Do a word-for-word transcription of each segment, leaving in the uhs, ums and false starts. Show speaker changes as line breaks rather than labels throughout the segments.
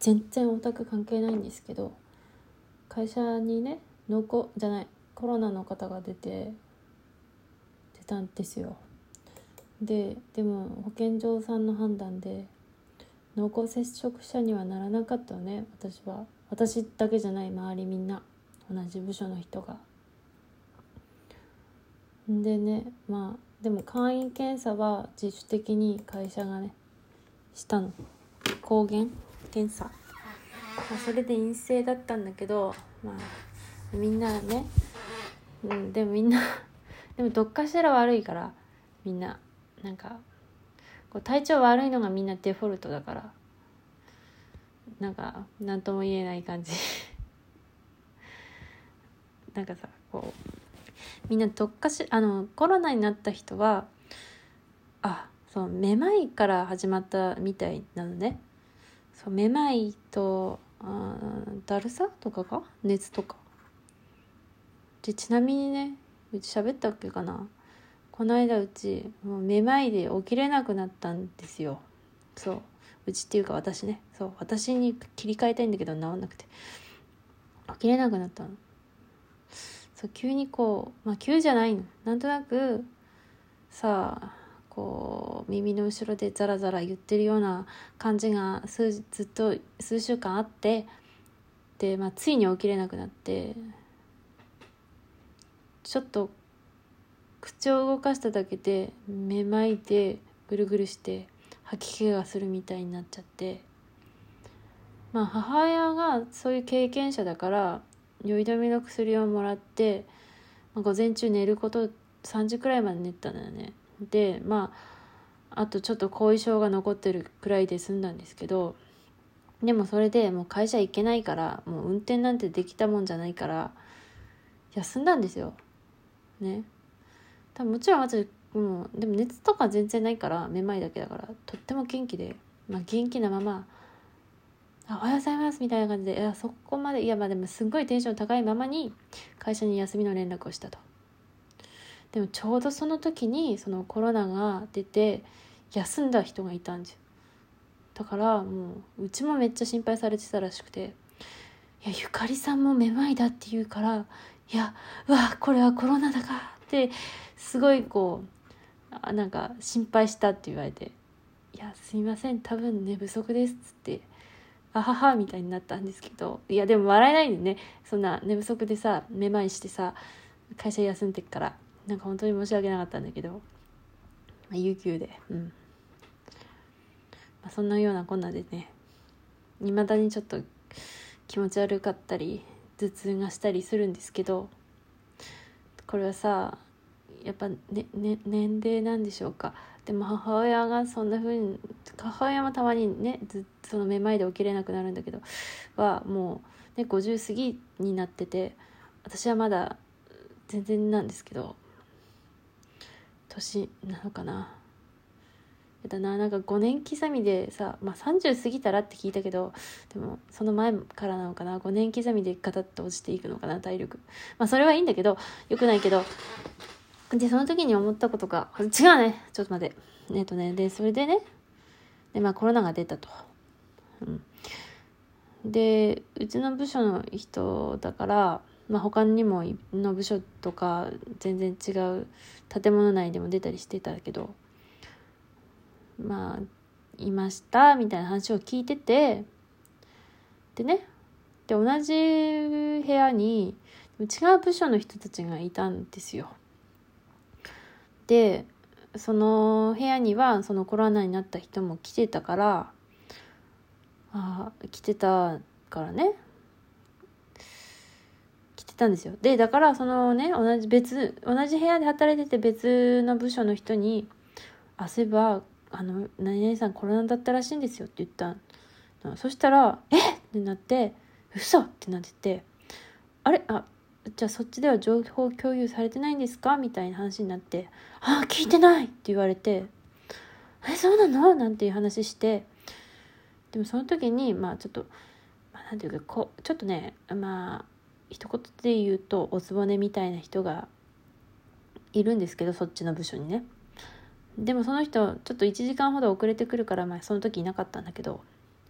全然オタク関係ないんですけど、会社にね濃厚じゃないコロナの方が出て出たんですよ。ででも保健所さんの判断で濃厚接触者にはならなかったよね。私は私だけじゃない、周りみんな同じ部署の人が。でね、まあでも簡易検査は自主的に会社がねしたの。抗原検査、まあ、それで陰性だったんだけど、まあみんなね、うん、でもみんなでもどっかしら悪いから、みんななんかこう体調悪いのがみんなデフォルトだから、なんか何とも言えない感じなんかさ、こうみんなどっかしあのコロナになった人はあそうめまいから始まったみたいなのね。そうめまいとあだるさとかが熱とかで、ちなみにね、うち喋ったっけかな、この間うちもうめまいで起きれなくなったんですよ。そううちっていうか私ね、そう私に切り替えたいんだけど治んなくて起きれなくなったの。そう急にこうまあ急じゃないの、なんとなくさあこう耳の後ろでザラザラ言ってるような感じが数ずっと数週間あって、で、まあ、ついに起きれなくなって、ちょっと口を動かしただけでめまいでぐるぐるして吐き気がするみたいになっちゃって、まあ母親がそういう経験者だから酔い止めの薬をもらって、まあ、午前中寝ることさんじくらいまで寝たのよね。でまああとちょっと後遺症が残ってるくらいで済んだんですけど、でもそれでもう会社行けないから、もう運転なんてできたもんじゃないから休んだんですよね。多分もちろんまずもうでも熱とか全然ないから、めまいだけだからとっても元気で、まあ、元気なままあおはようございますみたいな感じで、いやそこまでいやまあでもすごいテンション高いままに会社に休みの連絡をしたと。でもちょうどその時にそのコロナが出て休んだ人がいたんですよ。だからもううちもめっちゃ心配されてたらしくて、いやゆかりさんもめまいだって言うから、いやうわこれはコロナだかってすごいこうあなんか心配したって言われて、いやすいません多分寝不足ですっつってあははみたいになったんですけど、いやでも笑えないんでね、そんな寝不足でさめまいしてさ会社休んでっから、なんか本当に申し訳なかったんだけど、まあ、有給でうん、まあ、そんなようなこんなでね、未だにちょっと気持ち悪かったり頭痛がしたりするんですけど、これはさやっぱ、ねね、年齢なんでしょうか。でも母親がそんな風に、母親もたまにねずそのめまいで起きれなくなるんだけどはもう、ね、ごじゅう過ぎになってて、私はまだ全然なんですけど年なのかな。やだな、なんかごねん刻みでさ、まあ、さんじゅう過ぎたらって聞いたけど、でもその前からなのかな、ごねん刻みでガタッと落ちていくのかな体力。まあそれはいいんだけど、よくないけど、でその時に思ったことが違うねちょっと待ってえっとねでそれでねでまあコロナが出たと、うん、でうちの部署の人だから、まあ、他にもの部署とか全然違う建物内でも出たりしてたけど、まあいましたみたいな話を聞いてて、でねで同じ部屋に違う部署の人たちがいたんですよ。でその部屋にはそのコロナになった人も来てたから、あ来てたからね来てたんですよ。でだからそのね同じ別同じ部屋で働いてて別の部署の人に、あそういえばあの何々さんコロナだったらしいんですよって言ったの。そしたらえっってなって、嘘ってなってて、あれあじゃあそっちでは情報共有されてないんですかみたいな話になって、あ聞いてないって言われて、えそうなのなんていう話して、でもその時にまあちょっと、まあ、なんていうかこうちょっとねまあ一言で言うとおつぼねみたいな人がいるんですけど、そっちの部署にね。でもその人ちょっといちじかんほど遅れてくるから、まあ、その時いなかったんだけど、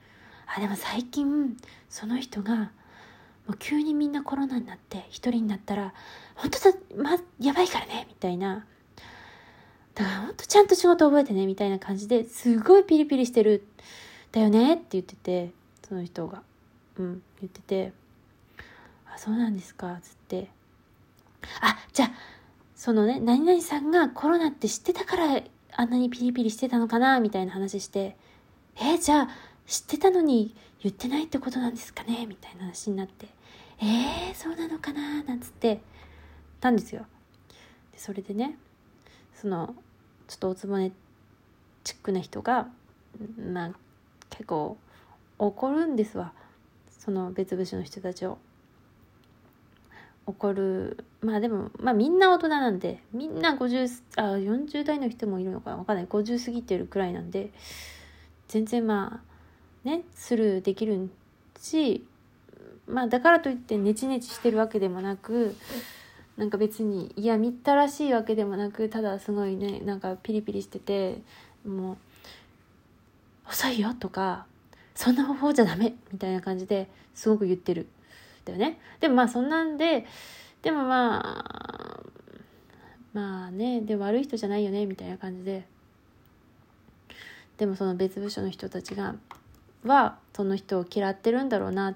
あでも最近その人がもう急にみんなコロナになって一人になったら本当だ、ま、やばいからねみたいな、だから本当ちゃんと仕事覚えてねみたいな感じですごいピリピリしてるだよねって言ってて、その人がうん言ってて、あそうなんですかつって、あじゃあそのね何々さんがコロナって知ってたからあんなにピリピリしてたのかなみたいな話して、えー、じゃあ知ってたのに言ってないってことなんですかねみたいな話になって、えー、そうなのかななんつってたんですよ。でそれでね、そのちょっとおつぼねチックな人がまあ結構怒るんですわ、その別部署の人たちを。怒る、まあでもまあみんな大人なんで、みんなごじゅうあよんじゅう代の人もいるのかな分かんない、ごじゅう過ぎてるくらいなんで全然まあねスルーできるし、まあだからといってネチネチしてるわけでもなく、なんか別にいやみったらしいわけでもなく、ただすごいねなんかピリピリしてて、もう遅いよとかそんな方法じゃダメみたいな感じですごく言ってるだよね。でもまあそんなんで、でもまあまあねで悪い人じゃないよねみたいな感じで、でもその別部署の人たちがはその人を嫌ってるんだろうな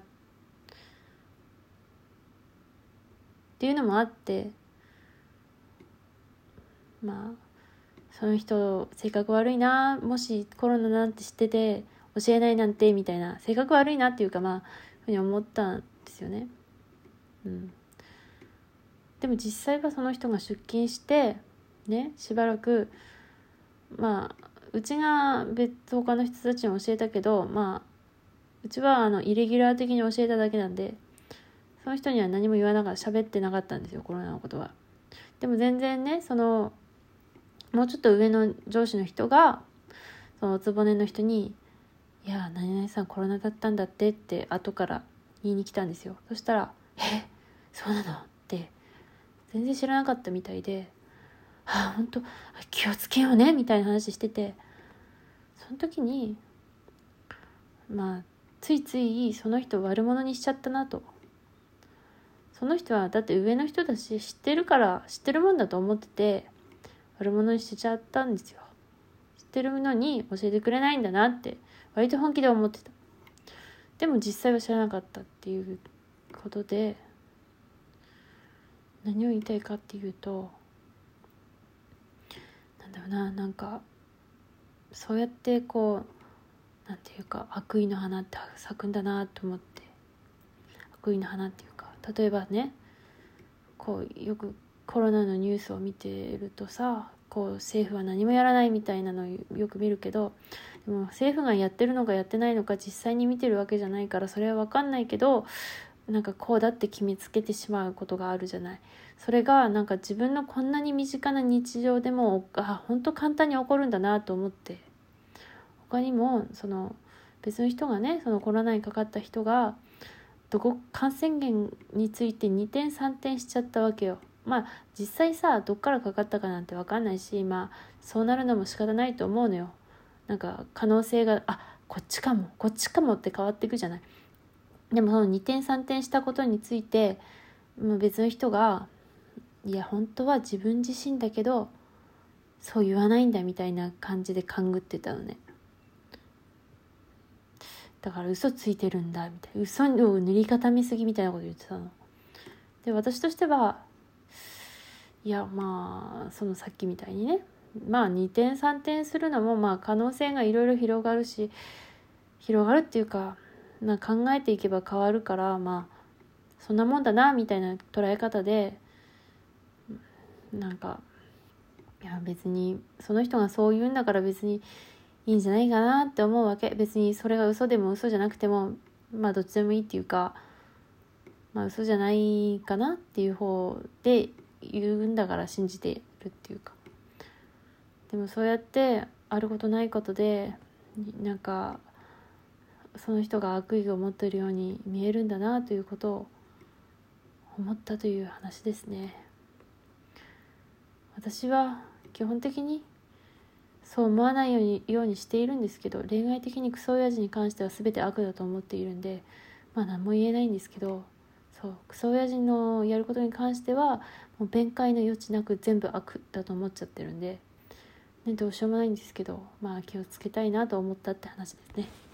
っていうのもあって、まあその人性格悪いな、もしコロナなんて知ってて教えないなんてみたいな、性格悪いなっていうかまあふうに思ったんですよね。うん。でも実際はその人が出勤してねしばらく、まあうちが別他の人たちに教えたけど、まあうちはあのイレギュラー的に教えただけなんで、その人には何も言わなかった、喋ってなかったんですよ、コロナのことは。でも全然ね、そのもうちょっと上の上司の人がそのおつぼねの人に、いや何々さんコロナだったんだってって後から言いに来たんですよ。そしたら、えそうなのって全然知らなかったみたいで、あ本当気をつけようねみたいな話してて、その時にまあついついその人を悪者にしちゃったなと。その人はだって上の人だし知ってるから知ってるもんだと思ってて悪者にしちゃったんですよ。知ってるのに教えてくれないんだなって割と本気で思ってた。でも実際は知らなかったっていうことで、何を言いたいかっていうと、なんだろうな、なんかそうやってこうなんていうか悪意の花って咲くんだなと思って、悪意の花っていうか、例えばねこうよくコロナのニュースを見てるとさ、こう政府は何もやらないみたいなのをよく見るけど、でも政府がやってるのかやってないのか実際に見てるわけじゃないからそれは分かんないけど、なんかこうだって決めつけてしまうことがあるじゃない。それがなんか自分のこんなに身近な日常でもあ本当簡単に起こるんだなと思って、他にもその別の人がね、そのコロナにかかった人がどこ感染源についてにてんさんてんしちゃったわけよ。まあ実際さどっからかかったかなんて分かんないし、まあそうなるのも仕方ないと思うのよ。なんか可能性があこっちかもこっちかもって変わっていくじゃない。でもそのにてんさんてんしたことについて別の人がいや本当は自分自身だけどそう言わないんだみたいな感じで勘ぐってたのね。だから嘘ついてるんだみたいな、嘘を塗り固めすぎみたいなこと言ってたので、私としてはいやまあそのさっきみたいにね、まあにてんさんてんするのもまあ可能性がいろいろ広がるし、広がるっていうか、まあ、考えていけば変わるから、まあそんなもんだなみたいな捉え方で、なんかいや別にその人がそう言うんだから別にいいんじゃないかなって思うわけ。別にそれが嘘でも嘘じゃなくてもまあどっちでもいいっていうか、まあ嘘じゃないかなっていう方で言うんだから信じてるっていうか。でもそうやってあることないことでなんかその人が悪意を持っているように見えるんだなということを思ったという話ですね。私は基本的にそう思わないようにようにしているんですけど、例外的にクソ親父に関しては全て悪だと思っているんで、まあ何も言えないんですけど、そうクソ親父のやることに関してはもう弁解の余地なく全部悪だと思っちゃってるんで、ね、どうしようもないんですけど、まあ気をつけたいなと思ったって話ですね。